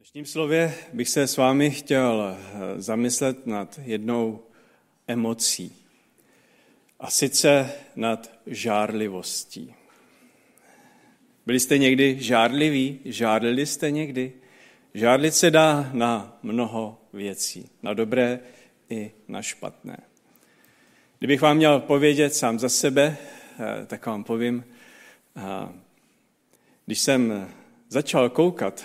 V dnešním slově bych se s vámi chtěl zamyslet nad jednou emocí, a sice nad žárlivostí. Byli jste někdy žárliví? Žárlili jste někdy? Žárlit se dá na mnoho věcí, na dobré i na špatné. Kdybych vám měl povědět sám za sebe, tak vám povím, když jsem začal koukat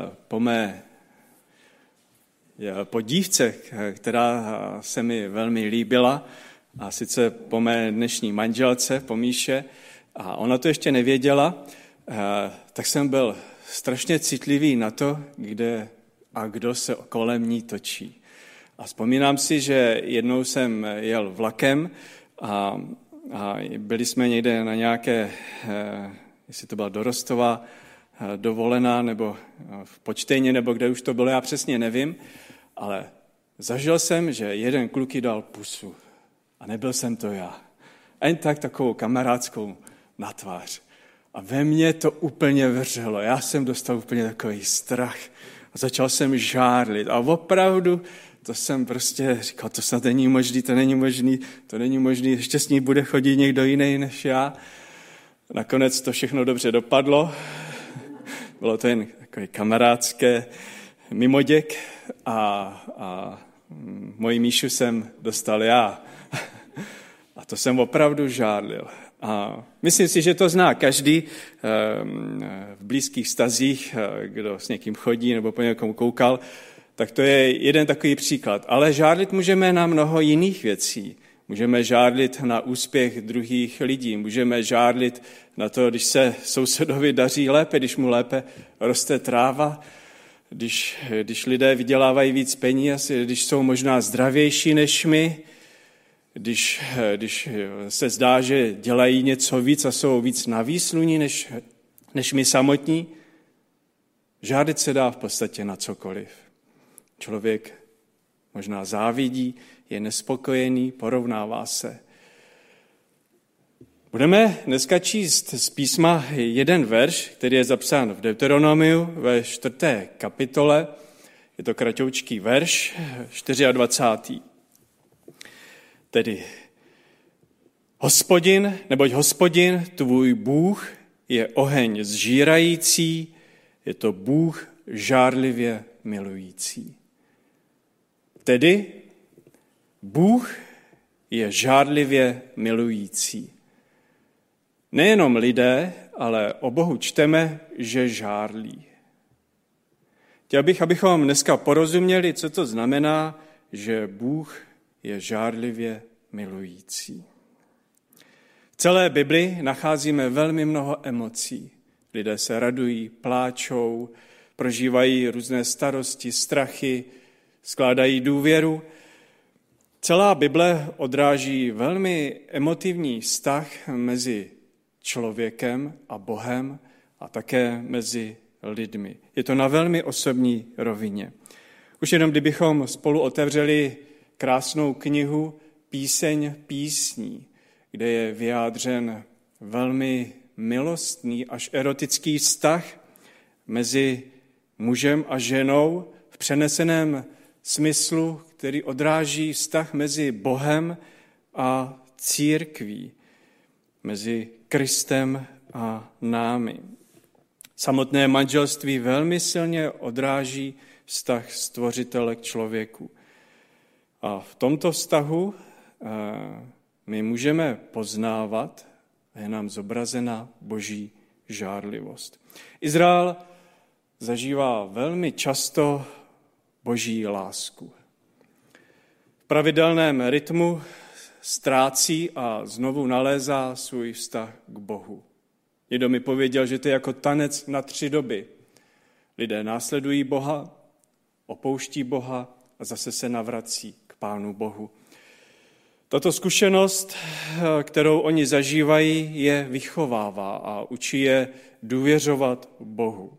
po dívce, která se mi velmi líbila, a sice po mé dnešní manželce, po Míše, a ona to ještě nevěděla, tak jsem byl strašně citlivý na to, kde a kdo se kolem ní točí. A vzpomínám si, že jednou jsem jel vlakem a byli jsme někde na nějaké, jestli to byla dorostová dovolená, nebo v Počtejně, nebo kde už to bylo, já přesně nevím, ale zažil jsem, že jeden kluk jí dal pusu. A nebyl jsem to já. A jen tak takovou kamarádskou na tvář. A ve mně to úplně vřelo. Já jsem dostal úplně takový strach. A začal jsem žárlit. A opravdu to jsem prostě říkal, to snad není možný, to není možný, ještě s ní bude chodit někdo jiný než já. Nakonec to všechno dobře dopadlo. Bylo to jen takový kamarádské mimoděk a moji Míšu jsem dostal já. A to jsem opravdu žárlil. A myslím si, že to zná každý v blízkých vztazích, kdo s někým chodí nebo po někom koukal, tak to je jeden takový příklad. Ale žárlit můžeme na mnoho jiných věcí. Můžeme žárlit na úspěch druhých lidí, můžeme žárlit na to, když se sousedovi daří lépe, když mu lépe roste tráva, když lidé vydělávají víc peněz, když jsou možná zdravější než my, když se zdá, že dělají něco víc a jsou víc na výsluní než my samotní. Žárlit se dá v podstatě na cokoliv. Člověk možná závidí, je nespokojený, porovnává se. Budeme dneska číst z písma jeden verš, který je zapsán v Deuteronomiu ve 4. kapitole. Je to kratoučký verš, 24. Tedy neboť Hospodin, tvůj Bůh, je oheň zžírající, je to Bůh žárlivě milující. Tedy Bůh je žárlivě milující. Nejenom lidé, ale o Bohu čteme, že žárlí. Chtěl bych, abychom dneska porozuměli, co to znamená, že Bůh je žárlivě milující. V celé Bibli nacházíme velmi mnoho emocí. Lidé se radují, pláčou, prožívají různé starosti, strachy, skládají důvěru. Celá Bible odráží velmi emotivní vztah mezi člověkem a Bohem a také mezi lidmi. Je to na velmi osobní rovině. Už jenom kdybychom spolu otevřeli krásnou knihu Píseň písní, kde je vyjádřen velmi milostný až erotický vztah mezi mužem a ženou v přeneseném smyslu, který odráží vztah mezi Bohem a církví, mezi Kristem a námi. Samotné manželství velmi silně odráží vztah Stvořitele k člověku. A v tomto vztahu my můžeme poznávat, a je nám zobrazena Boží žárlivost. Izrael zažívá velmi často Boží lásku. V pravidelném rytmu ztrácí a znovu nalézá svůj vztah k Bohu. Někdo mi pověděl, že to je jako tanec na 3 doby. Lidé následují Boha, opouští Boha a zase se navrací k Pánu Bohu. Tato zkušenost, kterou oni zažívají, je vychovává a učí je důvěřovat Bohu.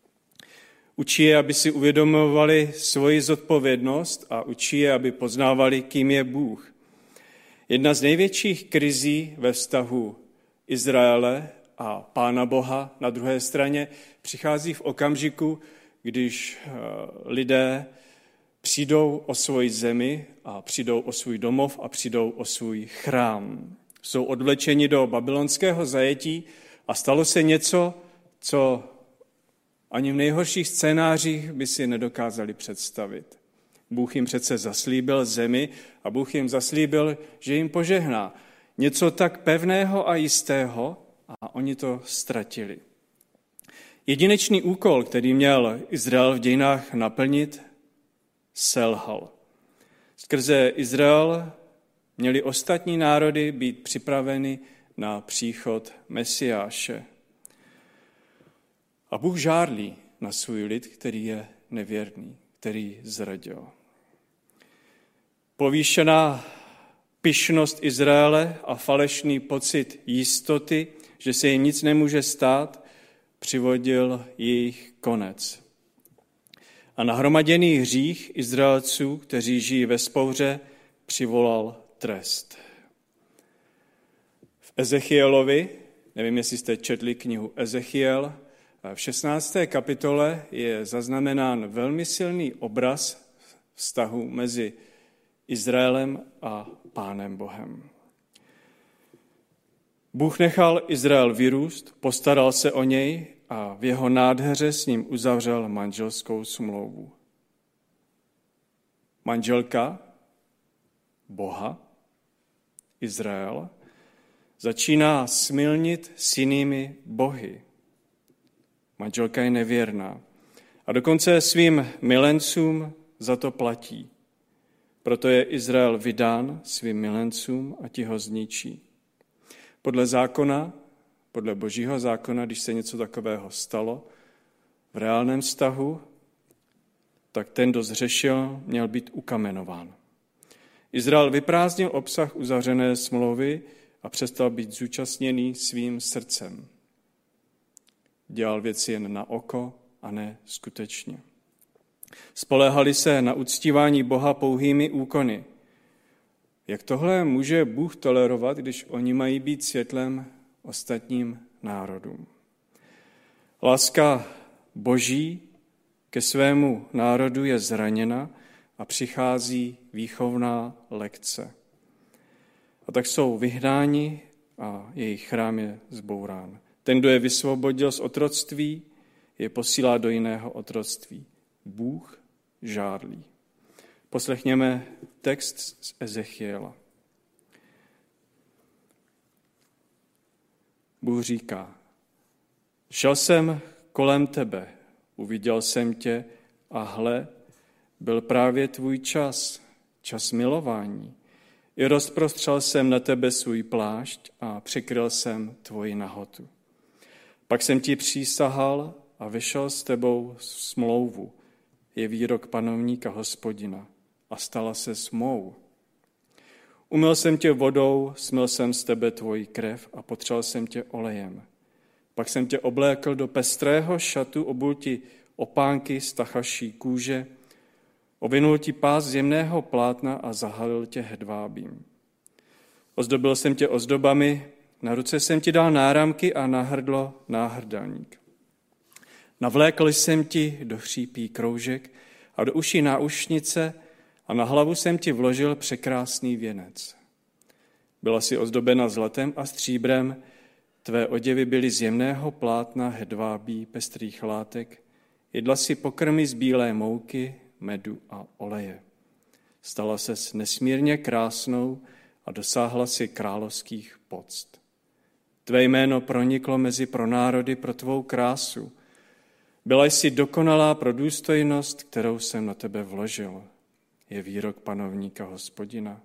Učí je, aby si uvědomovali svoji zodpovědnost a učí je, aby poznávali, kým je Bůh. Jedna z největších krizí ve vztahu Izraele a Pána Boha na druhé straně přichází v okamžiku, když lidé přijdou o svoji zemi a přijdou o svůj domov a přijdou o svůj chrám. Jsou odvlečeni do babylonského zajetí a stalo se něco, co ani v nejhorších scénářích by si nedokázali představit. Bůh jim přece zaslíbil zemi a Bůh jim zaslíbil, že jim požehná. Něco tak pevného a jistého a oni to ztratili. Jedinečný úkol, který měl Izrael v dějinách naplnit, selhal. Skrze Izrael měli ostatní národy být připraveni na příchod Mesiáše. A Bůh žárlí na svůj lid, který je nevěrný, který zradil. Povýšená pyšnost Izraele a falešný pocit jistoty, že se jim nic nemůže stát, přivodil jejich konec. A nahromaděný hřích Izraelců, kteří žijí ve vzpouře, přivolal trest. V Ezechielovi, nevím, jestli jste četli knihu Ezechiel, v 16. kapitole je zaznamenán velmi silný obraz vztahu mezi Izraelem a Pánem Bohem. Bůh nechal Izrael vyrůst, postaral se o něj a v jeho nádheře s ním uzavřel manželskou smlouvu. Manželka Boha, Izrael, začíná smilnit s jinými bohy. Manželka je nevěrná a dokonce svým milencům za to platí. Proto je Izrael vydán svým milencům a ti ho zničí. Podle zákona, podle božího zákona, když se něco takového stalo v reálném vztahu, tak ten, kdo zřešil, měl být ukamenován. Izrael vyprázdnil obsah uzavřené smlouvy a přestal být zúčastněný svým srdcem. Dělal věci jen na oko a ne skutečně. Spoléhali se na uctívání Boha pouhými úkony. Jak tohle může Bůh tolerovat, když oni mají být světlem ostatním národům? Láska Boží ke svému národu je zraněna a přichází výchovná lekce. A tak jsou vyhnáni a jejich chrám je zbourán. Ten, kdo je vysvobodil z otroctví, je posílá do jiného otroctví. Bůh žárlí. Poslechněme text z Ezechiela. Bůh říká: Šel jsem kolem tebe, uviděl jsem tě a hle, byl právě tvůj čas, čas milování. I rozprostřel jsem na tebe svůj plášť a přikryl jsem tvoji nahotu. Pak jsem ti přísahal a vyšel s tebou smlouvu, je výrok panovníka Hospodina, a stala se smou. Umyl jsem tě vodou, smyl jsem z tebe tvoji krev a potřel jsem tě olejem. Pak jsem tě oblékl do pestrého šatu, obul ti opánky z tachaší kůže, ovinul ti pás z jemného plátna a zahalil tě hedvábím. Ozdobil jsem tě ozdobami, na ruce jsem ti dal náramky a na hrdlo náhrdelník. Navlékl jsem ti do chřípí kroužek a do uší náušnice a na hlavu jsem ti vložil překrásný věnec. Byla si ozdobena zlatem a stříbrem, tvé oděvy byly z jemného plátna, hedvábí, pestrých látek, jedla si pokrmy z bílé mouky, medu a oleje. Stala ses nesmírně krásnou a dosáhla si královských poct. Tvé jméno proniklo mezi pronárody pro tvou krásu. Byla jsi dokonalá pro důstojnost, kterou jsem na tebe vložil, je výrok panovníka Hospodina.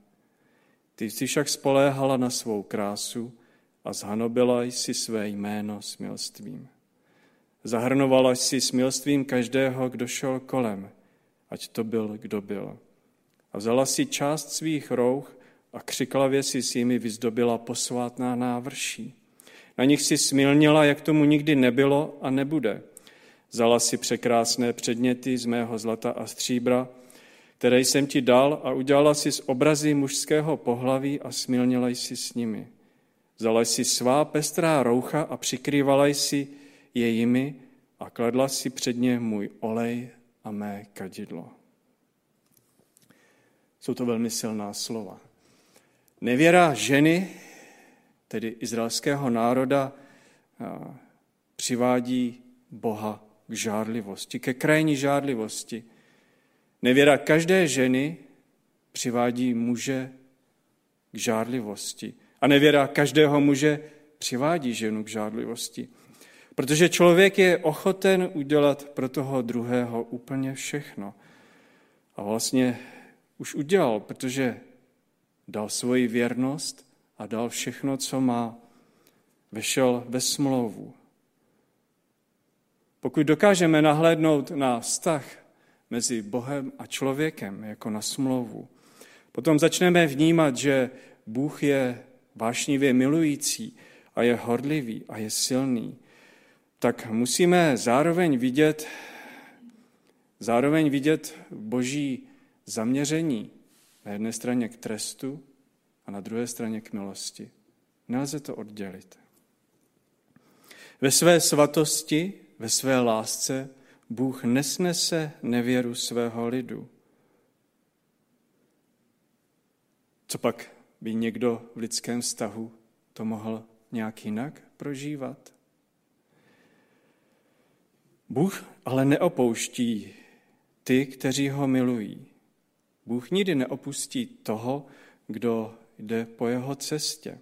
Ty jsi však spoléhala na svou krásu a zhanobila jsi své jméno smilstvím. Zahrnovala jsi smilstvím každého, kdo šel kolem, ať to byl, kdo byl. A vzala si část svých rouch a křiklavě si s nimi vyzdobila posvátná návrší. Na nich si smilnila, jak tomu nikdy nebylo a nebude. Vzala si překrásné předměty z mého zlata a stříbra, které jsem ti dal, a udělala si z obrazy mužského pohlaví a smilnila jsi s nimi. Vzala jsi svá pestrá roucha a přikrývala jsi je jimi a kladla si před ně můj olej a mé kadidlo. Jsou to velmi silná slova. Nevěra ženy, tedy izraelského národa, přivádí Boha k žárlivosti, ke krajní žárlivosti. Nevěra každé ženy přivádí muže k žárlivosti. A nevěra každého muže přivádí ženu k žárlivosti. Protože člověk je ochoten udělat pro toho druhého úplně všechno. A vlastně už udělal, protože dal svoji věrnost a dal všechno, co má. Vešel ve smlouvu. Pokud dokážeme nahlédnout na vztah mezi Bohem a člověkem jako na smlouvu, potom začneme vnímat, že Bůh je vášnivě milující a je horlivý a je silný, tak musíme zároveň vidět Boží zaměření na jedné straně k trestu a na druhé straně k milosti. Nelze to oddělit. Ve své svatosti, ve své lásce Bůh nesnese nevěru svého lidu. Co pak by někdo v lidském vztahu to mohl nějak jinak prožívat? Bůh ale neopouští ty, kteří ho milují. Bůh nikdy neopustí toho, kdo jde po jeho cestě.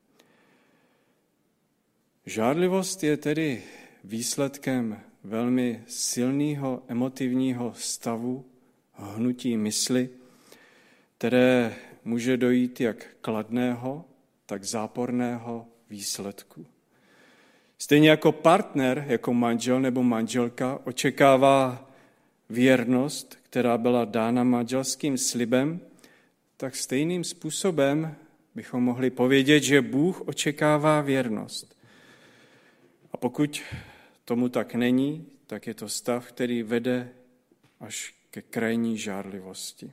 Žárlivost je tedy výsledkem velmi silného emotivního stavu, hnutí mysli, které může dojít jak kladného, tak záporného výsledku. Stejně jako partner, jako manžel nebo manželka očekává věrnost, která byla dána manželským slibem, tak stejným způsobem bychom mohli povědět, že Bůh očekává věrnost. A pokud tomu tak není, tak je to stav, který vede až ke krajní žárlivosti.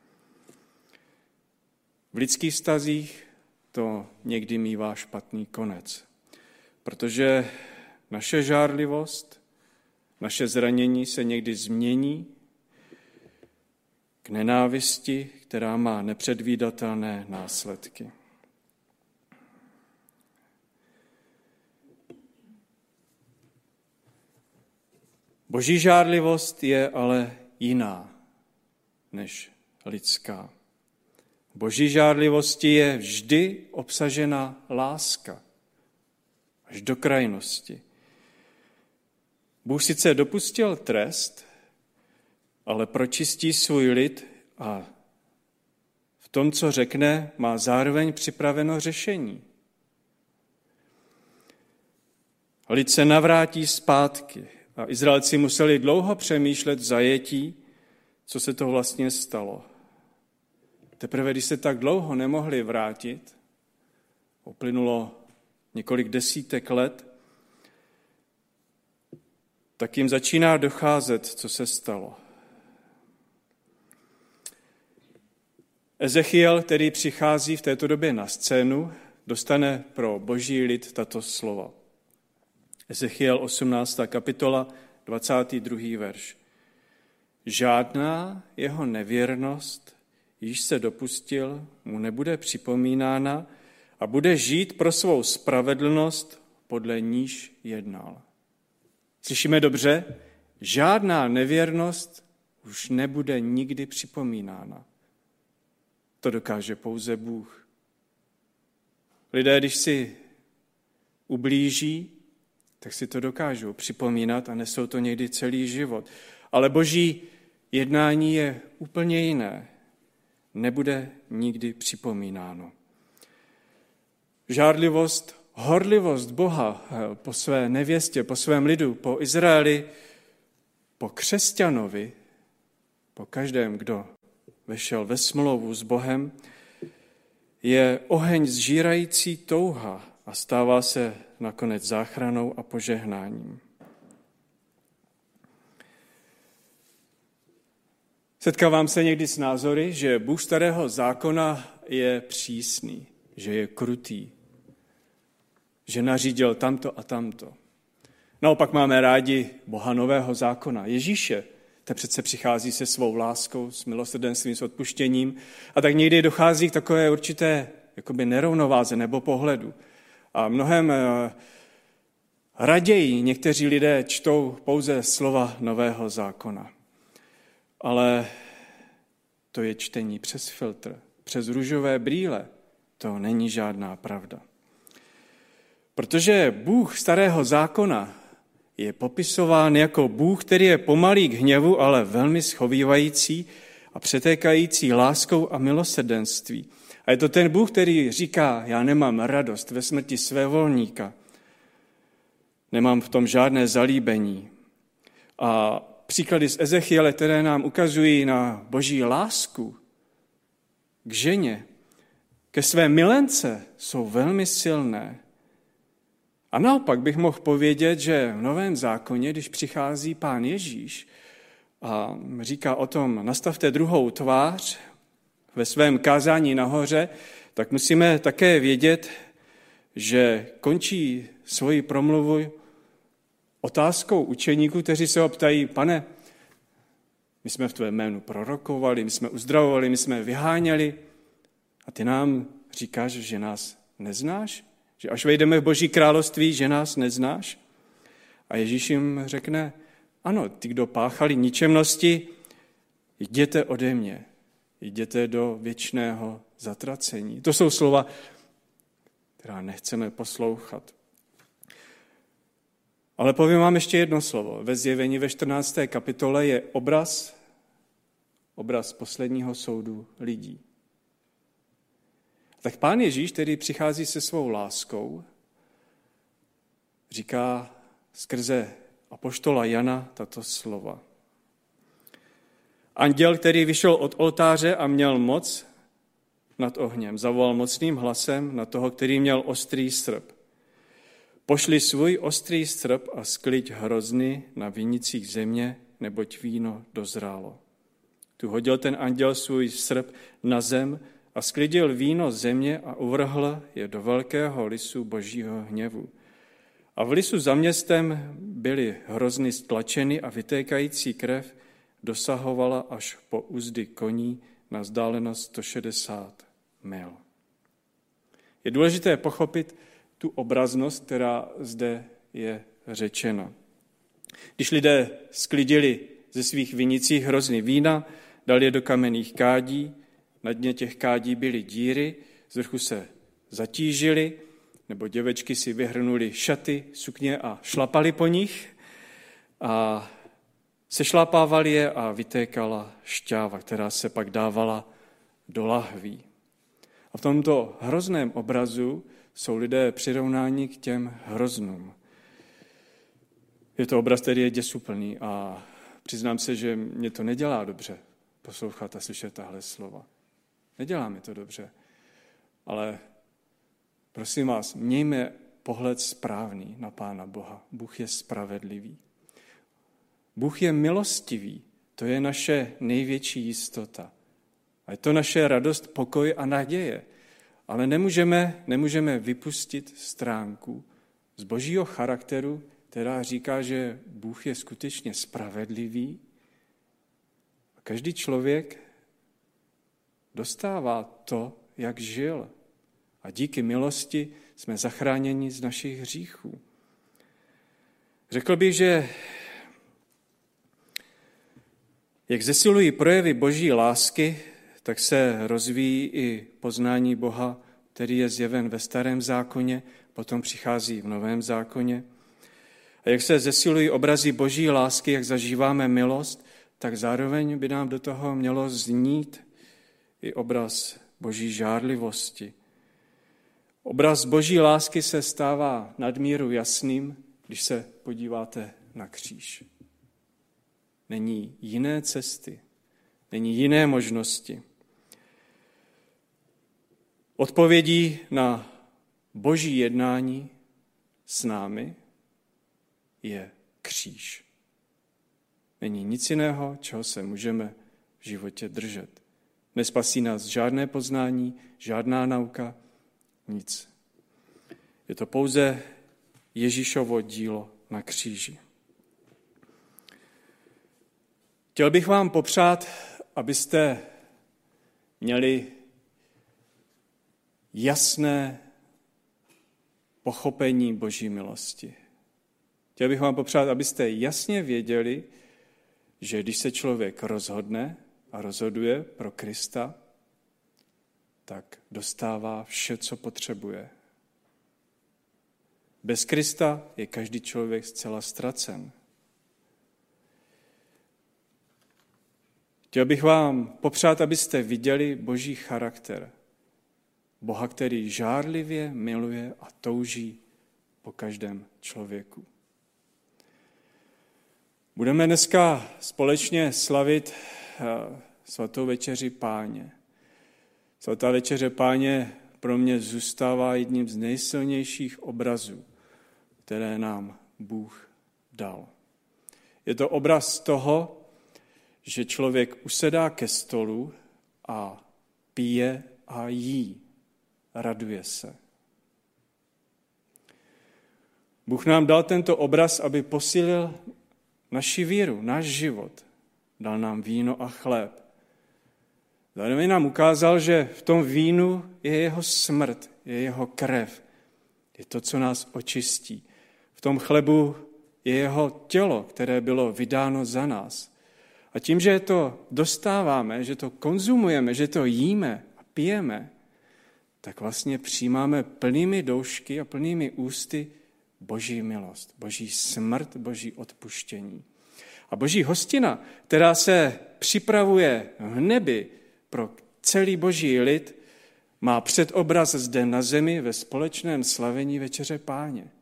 V lidských vztazích to někdy mívá špatný konec, protože naše žárlivost, naše zranění se někdy změní k nenávisti, která má nepředvídatelné následky. Boží žárlivost je ale jiná než lidská. V Boží žárlivosti je vždy obsažena láska, až do krajnosti. Bůh sice dopustil trest, ale pročistí svůj lid a v tom, co řekne, má zároveň připraveno řešení. Lid se navrátí zpátky a Izraelci museli dlouho přemýšlet v zajetí, co se to vlastně stalo. Teprve, když se tak dlouho nemohli vrátit, uplynulo několik desítek let, tak jim začíná docházet, co se stalo. Ezechiel, který přichází v této době na scénu, dostane pro boží lid tato slova. Ezechiel 18. kapitola, 22. verš. Žádná jeho nevěrnost, již se dopustil, mu nebude připomínána a bude žít pro svou spravedlnost, podle níž jednal. Slyšíme dobře? Žádná nevěrnost už nebude nikdy připomínána. To dokáže pouze Bůh. Lidé, když si ublíží, tak si to dokážou připomínat a nesou to někdy celý život. Ale Boží jednání je úplně jiné. Nebude nikdy připomínáno. Žárlivost, horlivost Boha po své nevěstě, po svém lidu, po Izraeli, po křesťanovi, po každém, kdo vešel ve smlouvu s Bohem, je oheň zžírající touha a stává se nakonec záchranou a požehnáním. Setkávám se někdy s názory, že Bůh starého zákona je přísný, že je krutý, že nařídil tamto a tamto. Naopak máme rádi Boha nového zákona, Ježíše. Ten přece přichází se svou láskou, s milosrdenstvím, s odpuštěním. A tak někdy dochází k takové určité jakoby nerovnováze nebo pohledu. A mnohem raději někteří lidé čtou pouze slova nového zákona. Ale to je čtení přes filtr, přes růžové brýle. To není žádná pravda. Protože Bůh starého zákona je popisován jako Bůh, který je pomalý k hněvu, ale velmi schovívající a přetékající láskou a milosrdenství. A je to ten Bůh, který říká, já nemám radost ve smrti svévolníka, nemám v tom žádné zalíbení. A příklady z Ezechiele, které nám ukazují na boží lásku k ženě, ke své milence, jsou velmi silné. A naopak bych mohl povědět, že v Novém zákoně, když přichází Pán Ježíš a říká o tom, nastavte druhou tvář ve svém kázání nahoře, tak musíme také vědět, že končí svoji promluvu otázkou učeníků, kteří se ho ptají, Pane, my jsme v tvém jménu prorokovali, my jsme uzdravovali, my jsme vyháněli a ty nám říkáš, že nás neznáš? Že až vejdeme v Boží království, že nás neznáš? A Ježíš jim řekne, ano, ty, kdo páchali ničemnosti, jděte ode mě, jděte do věčného zatracení. To jsou slova, která nechceme poslouchat. Ale povím vám ještě jedno slovo. Ve Zjevení ve 14. kapitole je obraz posledního soudu lidí. Tak Pán Ježíš, který přichází se svou láskou, říká skrze apoštola Jana tato slova. Anděl, který vyšel od oltáře a měl moc nad ohněm, zavolal mocným hlasem na toho, který měl ostrý srp. Pošli svůj ostrý srp a skliď hrozny na vinicích země, neboť víno dozrálo. Tu hodil ten anděl svůj srp na zem a sklidil víno země a uvrhl je do velkého lisu božího hněvu. A v lisu za městem byly hrozny stlačeny a vytékající krev dosahovala až po uzdy koní na vzdálenost 160 mil. Je důležité pochopit tu obraznost, která zde je řečena. Když lidé sklidili ze svých vinicích hrozny vína, dali je do kamenných kádí, na dně těch kádí byly díry, z vrchu se zatížili, nebo děvečky si vyhrnuli šaty, sukně a šlapali po nich a sešlapávali je a vytékala šťáva, která se pak dávala do lahví. A v tomto hrozném obrazu jsou lidé přirovnáni k těm hroznům. Je to obraz, který je děsuplný a přiznám se, že mě to nedělá dobře poslouchat a slyšet tahle slova. Nedělá mi to dobře, ale prosím vás, mějme pohled správný na Pána Boha. Bůh je spravedlivý. Bůh je milostivý. To je naše největší jistota. A je to naše radost, pokoj a naděje. Ale nemůžeme vypustit stránku z božího charakteru, která říká, že Bůh je skutečně spravedlivý. A každý člověk dostává to, jak žil. A díky milosti jsme zachráněni z našich hříchů. Řekl bych, že jak zesilují projevy boží lásky, tak se rozvíjí i poznání Boha, který je zjeven ve Starém zákoně, potom přichází v Novém zákoně. A jak se zesilují obrazy boží lásky, jak zažíváme milost, tak zároveň by nám do toho mělo znít i obraz boží žárlivosti. Obraz boží lásky se stává nadmíru jasným, když se podíváte na kříž. Není jiné cesty, není jiné možnosti. Odpovědí na boží jednání s námi je kříž. Není nic jiného, čeho se můžeme v životě držet. Nespasí nás žádné poznání, žádná nauka, nic. Je to pouze Ježíšovo dílo na kříži. Chtěl bych vám popřát, abyste měli jasné pochopení Boží milosti. Chtěl bych vám popřát, abyste jasně věděli, že když se člověk rozhodne a rozhoduje pro Krista, tak dostává vše, co potřebuje. Bez Krista je každý člověk zcela ztracen. Chtěl bych vám popřát, abyste viděli Boží charakter. Boha, který žárlivě miluje a touží po každém člověku. Budeme dneska společně slavit svatou večeři Páně. Svatá večeře Páně pro mě zůstává jedním z nejsilnějších obrazů, které nám Bůh dal. Je to obraz toho, že člověk usedá ke stolu a pije a jí, raduje se. Bůh nám dal tento obraz, aby posílil naši víru, náš život. Dal nám víno a chléb. Zároveň nám ukázal, že v tom vínu je jeho smrt, je jeho krev. Je to, co nás očistí. V tom chlebu je jeho tělo, které bylo vydáno za nás. A tím, že to dostáváme, že to konzumujeme, že to jíme a pijeme, tak vlastně přijímáme plnými doušky a plnými ústy Boží milost, Boží smrt, Boží odpuštění. A Boží hostina, která se připravuje v nebi pro celý Boží lid, má předobraz zde na zemi ve společném slavení večeře Páně.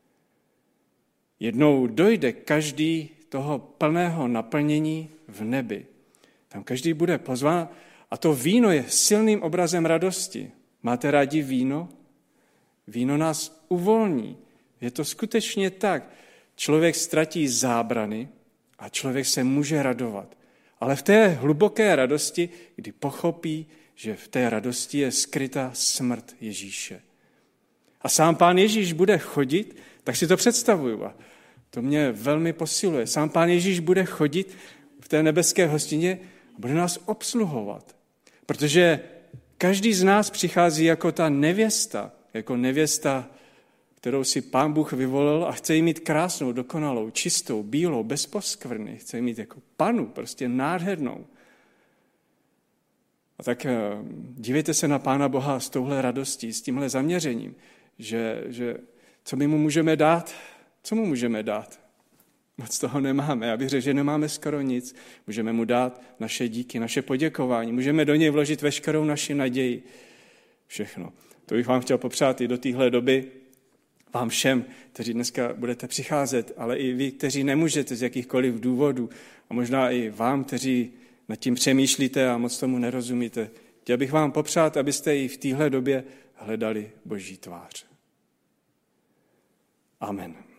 Jednou dojde každý toho plného naplnění v nebi. Tam každý bude pozván a to víno je silným obrazem radosti. Máte rádi víno? Víno nás uvolní. Je to skutečně tak. Člověk ztratí zábrany a člověk se může radovat. Ale v té hluboké radosti, kdy pochopí, že v té radosti je skryta smrt Ježíše. A sám Pán Ježíš bude chodit, tak si to představuju. A to mě velmi posiluje. Sám Pán Ježíš bude chodit v té nebeské hostině a bude nás obsluhovat. Protože každý z nás přichází jako ta nevěsta, kterou si Pán Bůh vyvolil a chce ji mít krásnou, dokonalou, čistou, bílou, bez poskvrny. Chce ji mít jako panu, prostě nádhernou. A tak dívejte se na Pána Boha s touhle radostí, s tímhle zaměřením, že co my mu můžeme dát? Co mu můžeme dát? Moc toho nemáme. Já bych řekl, že nemáme skoro nic. Můžeme mu dát naše díky, naše poděkování. Můžeme do něj vložit veškerou naši naději. Všechno. To bych vám chtěl popřát i do téhle doby. Vám všem, kteří dneska budete přicházet, ale i vy, kteří nemůžete z jakýchkoliv důvodů. A možná i vám, kteří nad tím přemýšlíte a moc tomu nerozumíte. Chtěl bych vám popřát, abyste i v téhle době hledali Boží tvář. Amen.